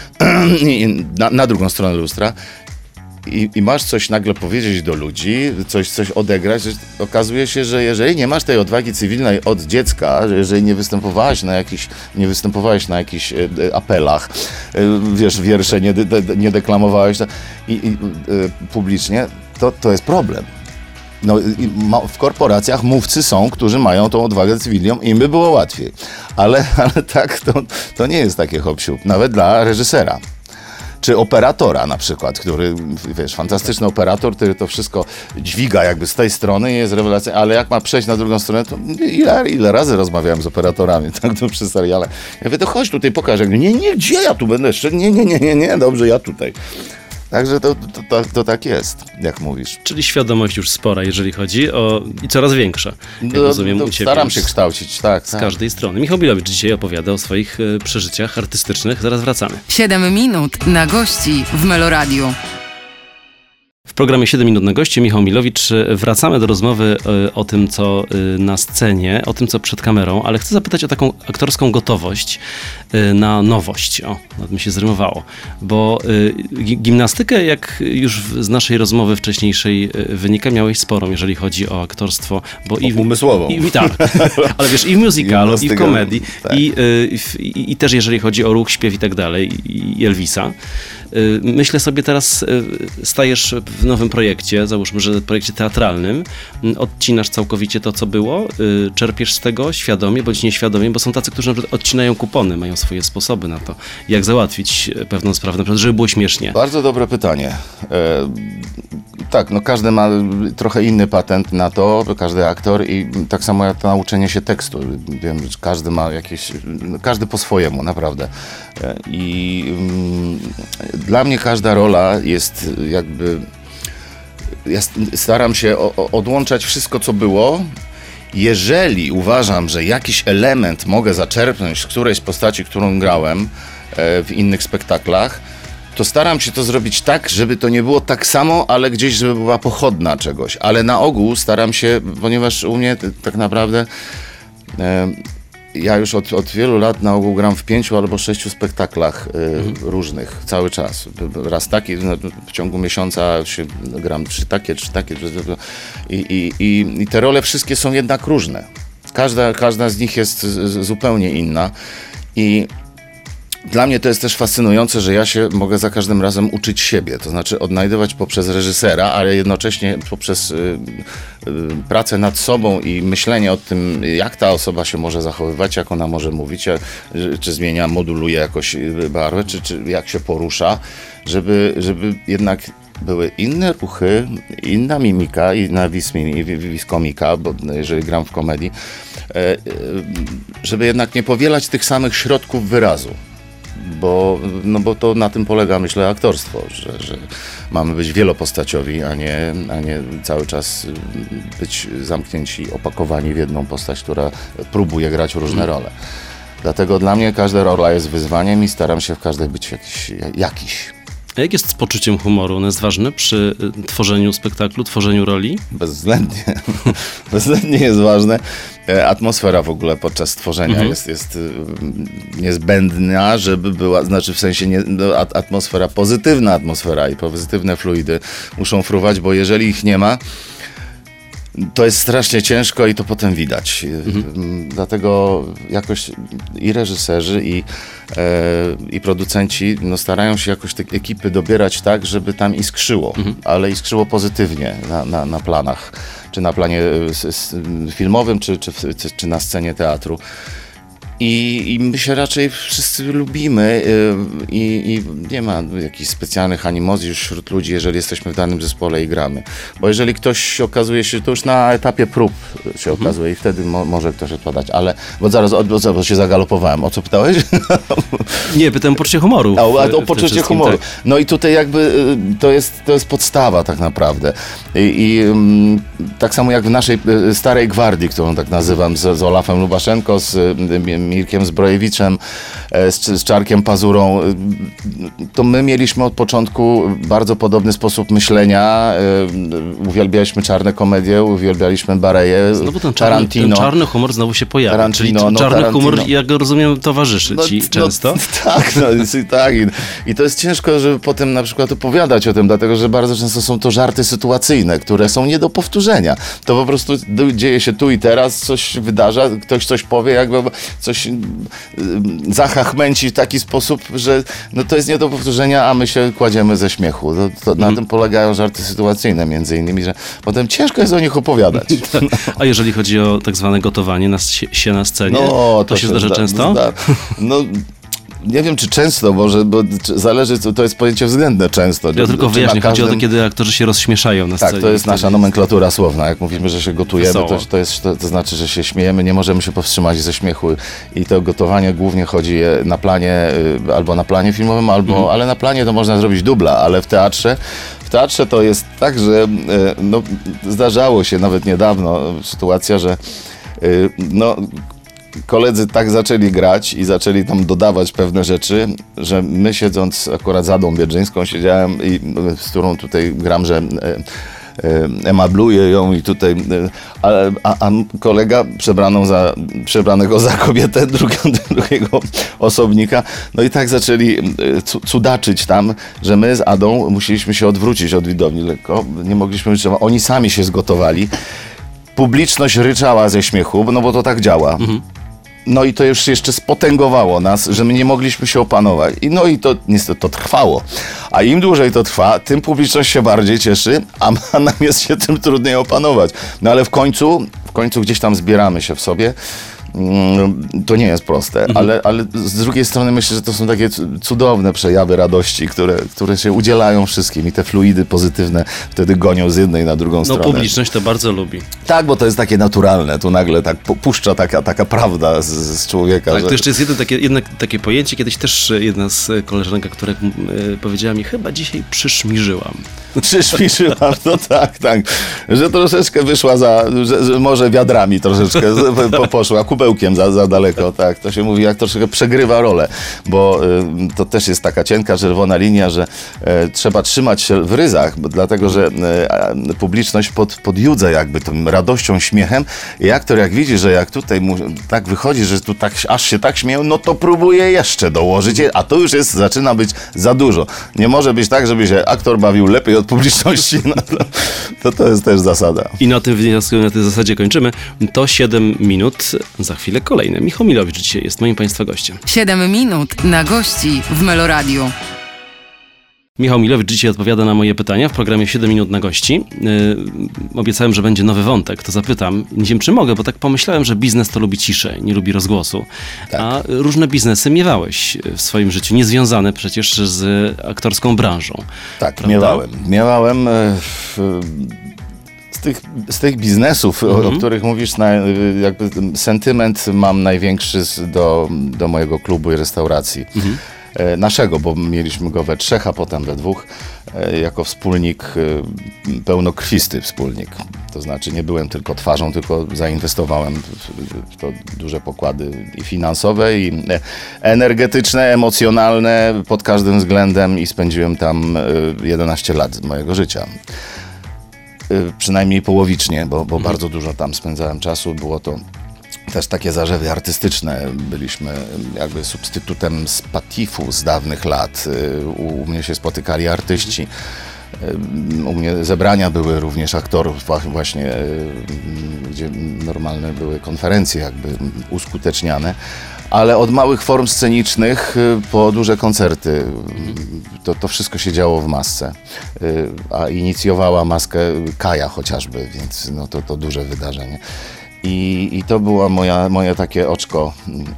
na, na drugą stronę lustra, I, I masz coś nagle powiedzieć do ludzi, coś, coś odegrać, okazuje się, że jeżeli nie masz tej odwagi cywilnej od dziecka, że jeżeli nie występowałeś na jakichś, nie występowałeś na jakichś e, apelach, e, wiesz, wiersze nie, de, nie deklamowałeś i, i, e, publicznie, to, to jest problem. No, i ma, w korporacjach mówcy są, którzy mają tą odwagę cywilną i im by było łatwiej. Ale, ale tak, to, to nie jest takie hop-siup, nawet dla reżysera. Czy operatora na przykład, który, wiesz, fantastyczny operator, który to wszystko dźwiga jakby z tej strony i jest rewelacja, ale jak ma przejść na drugą stronę, to ile, ile razy rozmawiałem z operatorami, tak, to przy seriale. Ja mówię, to chodź tutaj, pokaż. Jak, nie, nie, gdzie ja tu będę jeszcze? Nie, nie, nie, nie, nie, dobrze, ja tutaj. Także to, to, to, to tak jest, jak mówisz. Czyli świadomość już spora, jeżeli chodzi o... i coraz większa, jak no, rozumiem, no, u ciebie. Staram się kształcić, tak. Z tak. każdej strony. Michał Bilowicz dzisiaj opowiada o swoich e, przeżyciach artystycznych. Zaraz wracamy. siedem minut na gości w Meloradiu. W programie siedem minut na gości, Michał Milowicz. Wracamy do rozmowy o tym, co na scenie, o tym, co przed kamerą, ale chcę zapytać o taką aktorską gotowość na nowość. O, nawet mi się zrymowało. Bo gimnastykę, jak już z naszej rozmowy wcześniejszej wynika, miałeś sporą, jeżeli chodzi o aktorstwo. Bo i, umysłową. I, i, tak, ale wiesz, i w musicalu, i w komedii, tak. i, i, i też jeżeli chodzi o ruch, śpiew i tak dalej, i Elvisa. Myślę sobie teraz, stajesz w nowym projekcie, załóżmy, że projekcie teatralnym, odcinasz całkowicie to, co było, czerpiesz z tego świadomie bądź nieświadomie, bo są tacy, którzy na przykład odcinają kupony, mają swoje sposoby na to, jak załatwić pewną sprawę, na przykład, żeby było śmiesznie. Bardzo dobre pytanie. E, tak, no każdy ma trochę inny patent na to, każdy aktor i tak samo jak to nauczenie się tekstu. Wiem, że każdy ma jakieś, każdy po swojemu, naprawdę. E, I mm, dla mnie każda rola jest jakby, ja staram się o, o, odłączać wszystko, co było. Jeżeli uważam, że jakiś element mogę zaczerpnąć z którejś postaci, którą grałem e, w innych spektaklach, to staram się to zrobić tak, żeby to nie było tak samo, ale gdzieś, żeby była pochodna czegoś. Ale na ogół staram się, ponieważ u mnie tak naprawdę e, ja już od, od wielu lat na ogół gram w pięciu albo sześciu spektaklach e, mhm. różnych, cały czas. Raz taki, no, w ciągu miesiąca się gram trzy takie, trzy takie. I, i, i, i te role wszystkie są jednak różne. Każda, każda z nich jest z, zupełnie inna. I dla mnie to jest też fascynujące, że ja się mogę za każdym razem uczyć siebie, to znaczy odnajdywać poprzez reżysera, ale jednocześnie poprzez y, y, pracę nad sobą i myślenie o tym, jak ta osoba się może zachowywać, jak ona może mówić, jak, czy zmienia, moduluje jakoś barwę, czy, czy jak się porusza, żeby, żeby jednak były inne ruchy, inna mimika, inna wiskomika, bo jeżeli gram w komedii, żeby jednak nie powielać tych samych środków wyrazu. Bo, no bo to na tym polega, myślę, aktorstwo, że, że mamy być wielopostaciowi, a nie, a nie cały czas być zamknięci, opakowani w jedną postać, która próbuje grać różne role. Dlatego dla mnie każda rola jest wyzwaniem i staram się w każdej być jakiś. jakiś. A jak jest z poczuciem humoru? Ono jest ważne przy tworzeniu spektaklu, tworzeniu roli? Bezwzględnie. Bezwzględnie jest ważne. Atmosfera w ogóle podczas tworzenia mhm. jest, jest niezbędna, żeby była, znaczy w sensie nie, no, atmosfera, pozytywna atmosfera i pozytywne fluidy muszą fruwać, bo jeżeli ich nie ma, to jest strasznie ciężko i to potem widać. Mhm. Dlatego jakoś i reżyserzy, i, e, i producenci no, starają się jakoś te ekipy dobierać tak, żeby tam iskrzyło, mhm. ale iskrzyło pozytywnie na, na, na planach, czy na planie s, s, filmowym, czy, czy, czy na scenie teatru. I, I my się raczej wszyscy lubimy yy, i, i nie ma jakichś specjalnych animozji już wśród ludzi, jeżeli jesteśmy w danym zespole i gramy. Bo jeżeli ktoś okazuje się, to już na etapie prób się mhm. okazuje i wtedy mo, może ktoś odpadać, ale, bo zaraz, o, bo, bo się zagalopowałem. O co pytałeś? Nie, pytałem o poczucie humoru. W, a, a o poczucie humoru. Tak. No i tutaj jakby to jest, to jest podstawa tak naprawdę. I, i um, tak samo jak w naszej starej gwardii, którą tak nazywam, z, z Olafem Lubaszenko, z Mirkiem Zbrojewiczem, z, z Czarkiem Pazurą, to my mieliśmy od początku bardzo podobny sposób myślenia. Uwielbialiśmy czarne komedie, uwielbialiśmy Bareję, znowu ten czarny, Tarantino. Ten czarny humor znowu się pojawia. Tarantino, Czyli no, czarny Tarantino. humor, jak go rozumiem, towarzyszy no, ci no, często. Tak, no, i, tak. I, I to jest ciężko, żeby potem na przykład opowiadać o tym, dlatego że bardzo często są to żarty sytuacyjne, które są nie do powtórzenia. To po prostu dzieje się tu i teraz, coś się wydarza, ktoś coś powie, jakby coś zachachmęci w taki sposób, że no to jest nie do powtórzenia, a my się kładziemy ze śmiechu. To, to mm. Na tym polegają żarty sytuacyjne między innymi, że potem ciężko jest o nich opowiadać. A jeżeli chodzi o tak zwane gotowanie na, się na scenie, no, to, to się zdarza zda, często? Zda, no, nie wiem, czy często, może, bo zależy, to jest pojęcie względne często. Ja tylko wyjaśnię, każdym... chodzi o to, kiedy aktorzy się rozśmieszają na scenie. Tak, to jest nasza nomenklatura słowna. Jak mówimy, że się gotujemy, to, to, jest, to, to znaczy, że się śmiejemy, nie możemy się powstrzymać ze śmiechu i to gotowanie głównie chodzi na planie, albo na planie filmowym, albo, mhm. ale na planie to można zrobić dubla, ale w teatrze W teatrze to jest tak, że no, zdarzało się nawet niedawno sytuacja, że no, koledzy tak zaczęli grać i zaczęli tam dodawać pewne rzeczy, że my siedząc akurat za Adą Biedrzyńską siedziałem i z którą tutaj gram, że e, e, emabluję ją i tutaj, e, a, a, a kolega przebraną za, przebranego za kobietę drugiego, drugiego osobnika, no i tak zaczęli e, cu, cudaczyć tam, że my z Adą musieliśmy się odwrócić od widowni lekko, nie mogliśmy wytrzymać, oni sami się zgotowali. Publiczność ryczała ze śmiechu, no bo to tak działa. Mhm. No i to już jeszcze spotęgowało nas, że my nie mogliśmy się opanować. I no i to niestety to trwało. A im dłużej to trwa, tym publiczność się bardziej cieszy, a nam jest się tym trudniej opanować. No ale w końcu, w końcu gdzieś tam zbieramy się w sobie. To nie jest proste, mhm. ale, ale z drugiej strony myślę, że to są takie cudowne przejawy radości, które, które się udzielają wszystkim i te fluidy pozytywne wtedy gonią z jednej na drugą no, stronę. No publiczność to bardzo lubi. Tak, bo to jest takie naturalne, tu nagle tak puszcza taka, taka prawda z, z człowieka. Tak, że... to jeszcze jest jedno takie, jedno takie pojęcie, kiedyś też jedna z koleżanek, która y, powiedziała mi, chyba dzisiaj przyszmirzyłam. Przyszmirzyłam, no tak, tak, że troszeczkę wyszła za, że, że może wiadrami troszeczkę po, poszła, kubełkiem za, za daleko, tak, to się mówi, jak troszeczkę przegrywa rolę, bo y, to też jest taka cienka, czerwona linia, że y, trzeba trzymać się w ryzach, bo, dlatego, że y, publiczność pod, podjudza jakby tą radością, śmiechem i aktor jak widzi, że jak tutaj mu tak wychodzi, że tu tak, aż się tak śmieją, no to próbuje jeszcze dołożyć, a to już jest, zaczyna być za dużo. Nie może być tak, żeby się aktor bawił lepiej od publiczności, no to, to, to jest też zasada. I na tym wniosku, na tej zasadzie kończymy. To siedem minut, za chwilę kolejne. Michał Milowicz dzisiaj jest moim Państwa gościem. siedem minut na gości w Meloradiu. Michał Milowicz dzisiaj odpowiada na moje pytania w programie siedem minut na gości. Yy, obiecałem, że będzie nowy wątek, to zapytam. Nie wiem, czy mogę, bo tak pomyślałem, że biznes to lubi ciszę, nie lubi rozgłosu. Tak. A różne biznesy miewałeś w swoim życiu, niezwiązane przecież z aktorską branżą. Tak, prawda? miewałem. Miewałem w... Z tych, z tych biznesów, mhm. o, o których mówisz, na, jakby sentyment mam największy do, do mojego klubu i restauracji. Mhm. E, naszego, bo mieliśmy go we trzech, a potem we dwóch, e, jako wspólnik, e, pełnokrwisty wspólnik. To znaczy nie byłem tylko twarzą, tylko zainwestowałem w, w to duże pokłady i finansowe, i energetyczne, emocjonalne pod każdym względem i spędziłem tam jedenaście lat mojego życia. Przynajmniej połowicznie, bo, bo mhm. bardzo dużo tam spędzałem czasu. Było to też takie zarzewy artystyczne. Byliśmy jakby substytutem z Patifu z dawnych lat. U, u mnie się spotykali artyści. U mnie zebrania były również aktorów właśnie, gdzie normalne były konferencje jakby uskuteczniane. Ale od małych form scenicznych po duże koncerty. To, to wszystko się działo w masce. A inicjowała maskę Kaja chociażby, więc no to, to duże wydarzenie. I, i to było moja, moje takie oczko.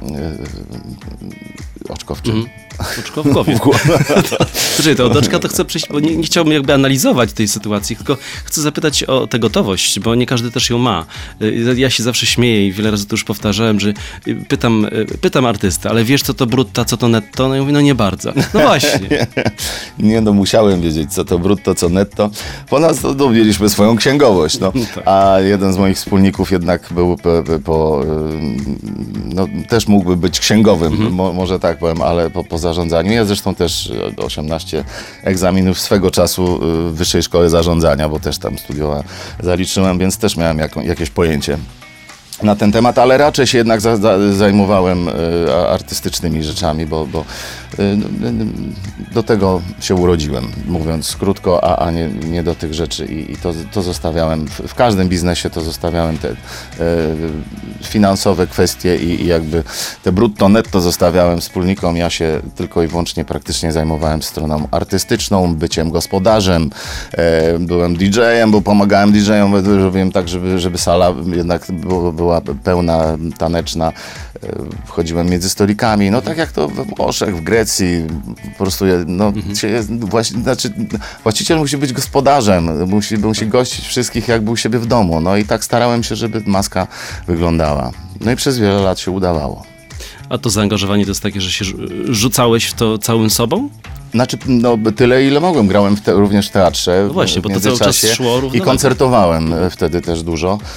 Oczko w czym? Mm. Oczko w głowie. Słuchaj, to od oczka to chcę przejść, bo nie, nie chciałbym jakby analizować tej sytuacji, tylko chcę zapytać o tę gotowość, bo nie każdy też ją ma. Ja się zawsze śmieję i wiele razy to już powtarzałem, że pytam, pytam artystę, ale wiesz co to brutto, co to netto? No i mówi, no nie bardzo. No właśnie. Nie, no musiałem wiedzieć, co to brutto, co netto. Po nas to, to mieliśmy swoją księgowość, no. Tak. A jeden z moich wspólników jednak był po, po no też mógłby być księgowym, mhm. Mo, może tak powiem, ale po, po zarządzaniu. Ja zresztą też osiemnaście egzaminów swego czasu w Wyższej Szkoły Zarządzania, bo też tam studiowałem, zaliczyłem, więc też miałem jaką, jakieś pojęcie na ten temat, ale raczej się jednak za, za, zajmowałem y, artystycznymi rzeczami, bo, bo y, do tego się urodziłem, mówiąc krótko, a, a nie, nie do tych rzeczy i, i to, to zostawiałem, w, w każdym biznesie to zostawiałem te y, finansowe kwestie i, i jakby te brutto, netto zostawiałem wspólnikom, ja się tylko i wyłącznie praktycznie zajmowałem stroną artystyczną, byciem gospodarzem, y, byłem didżejem, bo pomagałem didżejom, robiłem tak, żeby, żeby sala jednak było, była była pełna, taneczna, wchodziłem między stolikami, no tak jak to we Włoszech, w Grecji, po prostu no, mhm. się, właśnie, znaczy, właściciel musi być gospodarzem, musi, musi gościć wszystkich jakby u siebie w domu, no i tak starałem się, żeby maska wyglądała. No i przez wiele lat się udawało. A to zaangażowanie to jest takie, że się rzucałeś w to całym sobą? Znaczy, no tyle ile mogłem, grałem w te, również w teatrze. No właśnie, w bo to cały czas szło równolegle. I koncertowałem wtedy też dużo.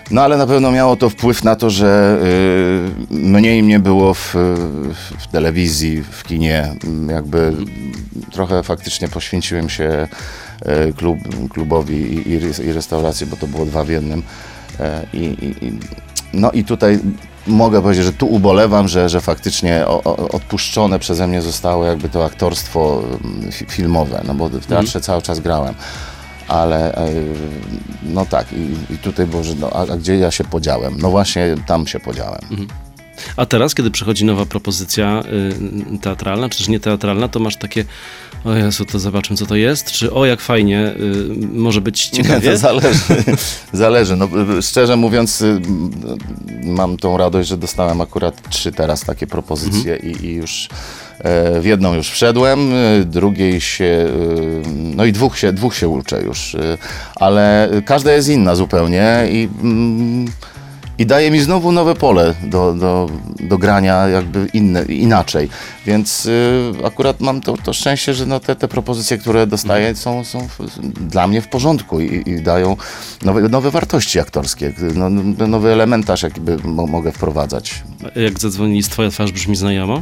No ale na pewno miało to wpływ na to, że y, mniej mnie było w, w telewizji, w kinie. Jakby trochę faktycznie poświęciłem się y, klub, klubowi i, i, i restauracji, bo to było dwa w jednym. Y, i, i, no i tutaj mogę powiedzieć, że tu ubolewam, że, że faktycznie o, o, odpuszczone przeze mnie zostało jakby to aktorstwo fi, filmowe, no bo w teatrze mm. cały czas grałem. Ale no tak, i, i tutaj było, że no, a, a gdzie ja się podziałem? No właśnie tam się podziałem. Mhm. A teraz, kiedy przychodzi nowa propozycja y, teatralna, czy też nie teatralna, to masz takie, o Jezu, to zobaczmy, co to jest, czy o, jak fajnie, y, może być ciekawie? Nie, to zależy, zależy. No, szczerze mówiąc, y, mam tą radość, że dostałem akurat trzy teraz takie propozycje mhm. i, i już w jedną już wszedłem, drugiej się, no i dwóch się, dwóch się uczę już, ale każda jest inna zupełnie i, i daje mi znowu nowe pole do, do, do grania jakby inne, inaczej, więc akurat mam to, to szczęście, że no te, te propozycje, które dostaję są, są dla mnie w porządku i, i dają nowe, nowe wartości aktorskie, no, nowy elementarz jakby mogę wprowadzać. Jak zadzwonili, Twoja twarz brzmi znajomo?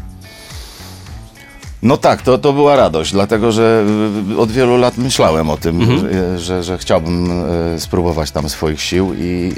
No tak, to, to była radość, dlatego że od wielu lat myślałem o tym, mhm. że, że, że chciałbym spróbować tam swoich sił i,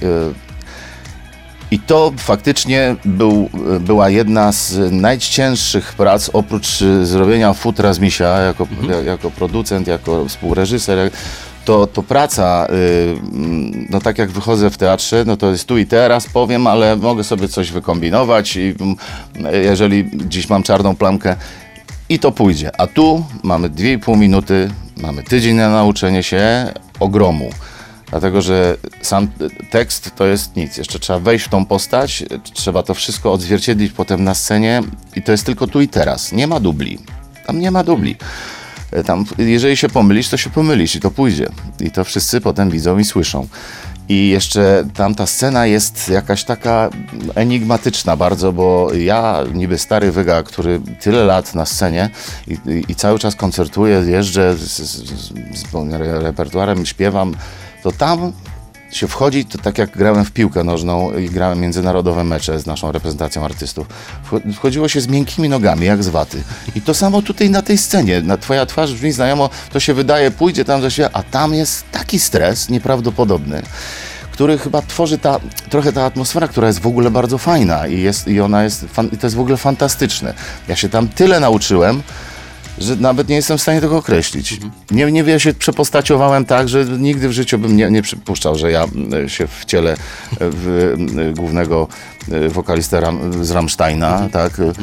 i to faktycznie był, była jedna z najcięższych prac, oprócz zrobienia futra z misia jako, mhm. jako producent, jako współreżyser. To, to praca, no tak jak wychodzę w teatrze, no to jest tu i teraz, powiem, ale mogę sobie coś wykombinować i jeżeli dziś mam czarną plamkę, i to pójdzie. A tu mamy dwie i pół minuty, mamy tydzień na nauczenie się ogromu. Dlatego, że sam tekst to jest nic. Jeszcze trzeba wejść w tą postać, trzeba to wszystko odzwierciedlić potem na scenie i to jest tylko tu i teraz. Nie ma dubli. Tam nie ma dubli. Tam, jeżeli się pomylisz, to się pomylisz i to pójdzie. I to wszyscy potem widzą i słyszą. I jeszcze tamta scena jest jakaś taka enigmatyczna bardzo, bo ja, niby stary wyga, który tyle lat na scenie i, i, i cały czas koncertuję, jeżdżę z, z, z, z repertuarem, śpiewam, to tam się wchodzi, to tak jak grałem w piłkę nożną i grałem międzynarodowe mecze z naszą reprezentacją artystów. Wchodziło się z miękkimi nogami, jak z waty. I to samo tutaj na tej scenie. Na twoja twarz brzmi znajomo, to się wydaje, pójdzie tam za siebie, a tam jest taki stres nieprawdopodobny, który chyba tworzy ta, trochę ta atmosfera, która jest w ogóle bardzo fajna i, jest, i ona jest, fan, i to jest w ogóle fantastyczne. Ja się tam tyle nauczyłem, że nawet nie jestem w stanie tego określić. Mhm. Nie, nie wiem, się przepostaciowałem tak, że nigdy w życiu bym nie, nie przypuszczał, że ja się wcielę w głównego wokalistę Ram, z Rammsteina, mhm. tak? Mhm.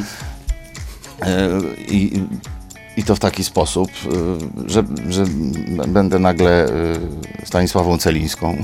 I, I to w taki sposób, że, że będę nagle Stanisławą Celińską.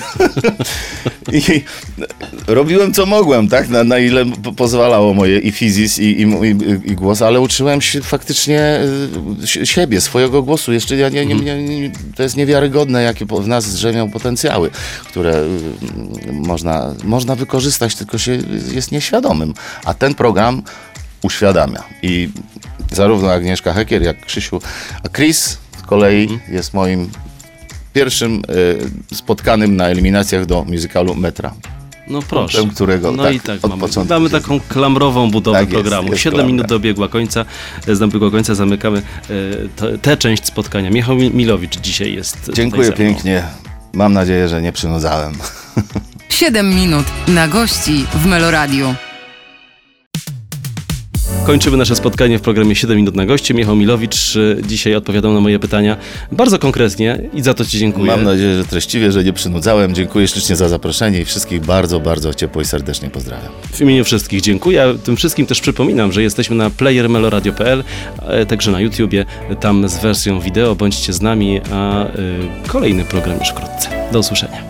I robiłem co mogłem, tak? Na, na ile pozwalało moje i fizis, i, i, i, i głos, ale uczyłem się faktycznie siebie, swojego głosu. Jeszcze ja nie, nie, nie, nie, to jest niewiarygodne, jakie w nas drzemią potencjały, które można, można wykorzystać, tylko się jest nieświadomym. A ten program uświadamia. I zarówno Agnieszka Hekier, jak Krzysiu, a Chris z kolei mm. jest moim pierwszym y, spotkanym na eliminacjach do musicalu Metra. No proszę. Potem, którego, no tak, i tak od mamy, początku mamy się... taką klamrową budowę tak programu. Jest, jest Siedem minut dobiegła końca, z dobiegła końca zamykamy y, tę część spotkania. Michał Milowicz dzisiaj jest. Dziękuję pięknie. Mam nadzieję, że nie przynudzałem. Siedem minut na gości w Meloradiu. Kończymy nasze spotkanie w programie siedem minut na gości. Michał Milowicz dzisiaj odpowiadał na moje pytania bardzo konkretnie i za to Ci dziękuję. Mam nadzieję, że treściwie, że nie przynudzałem. Dziękuję ślicznie za zaproszenie i wszystkich bardzo, bardzo ciepło i serdecznie pozdrawiam. W imieniu wszystkich dziękuję. A tym wszystkim też przypominam, że jesteśmy na player meloradio kropka p l, także na YouTubie, tam z wersją wideo. Bądźcie z nami, a y, kolejny program już wkrótce. Do usłyszenia.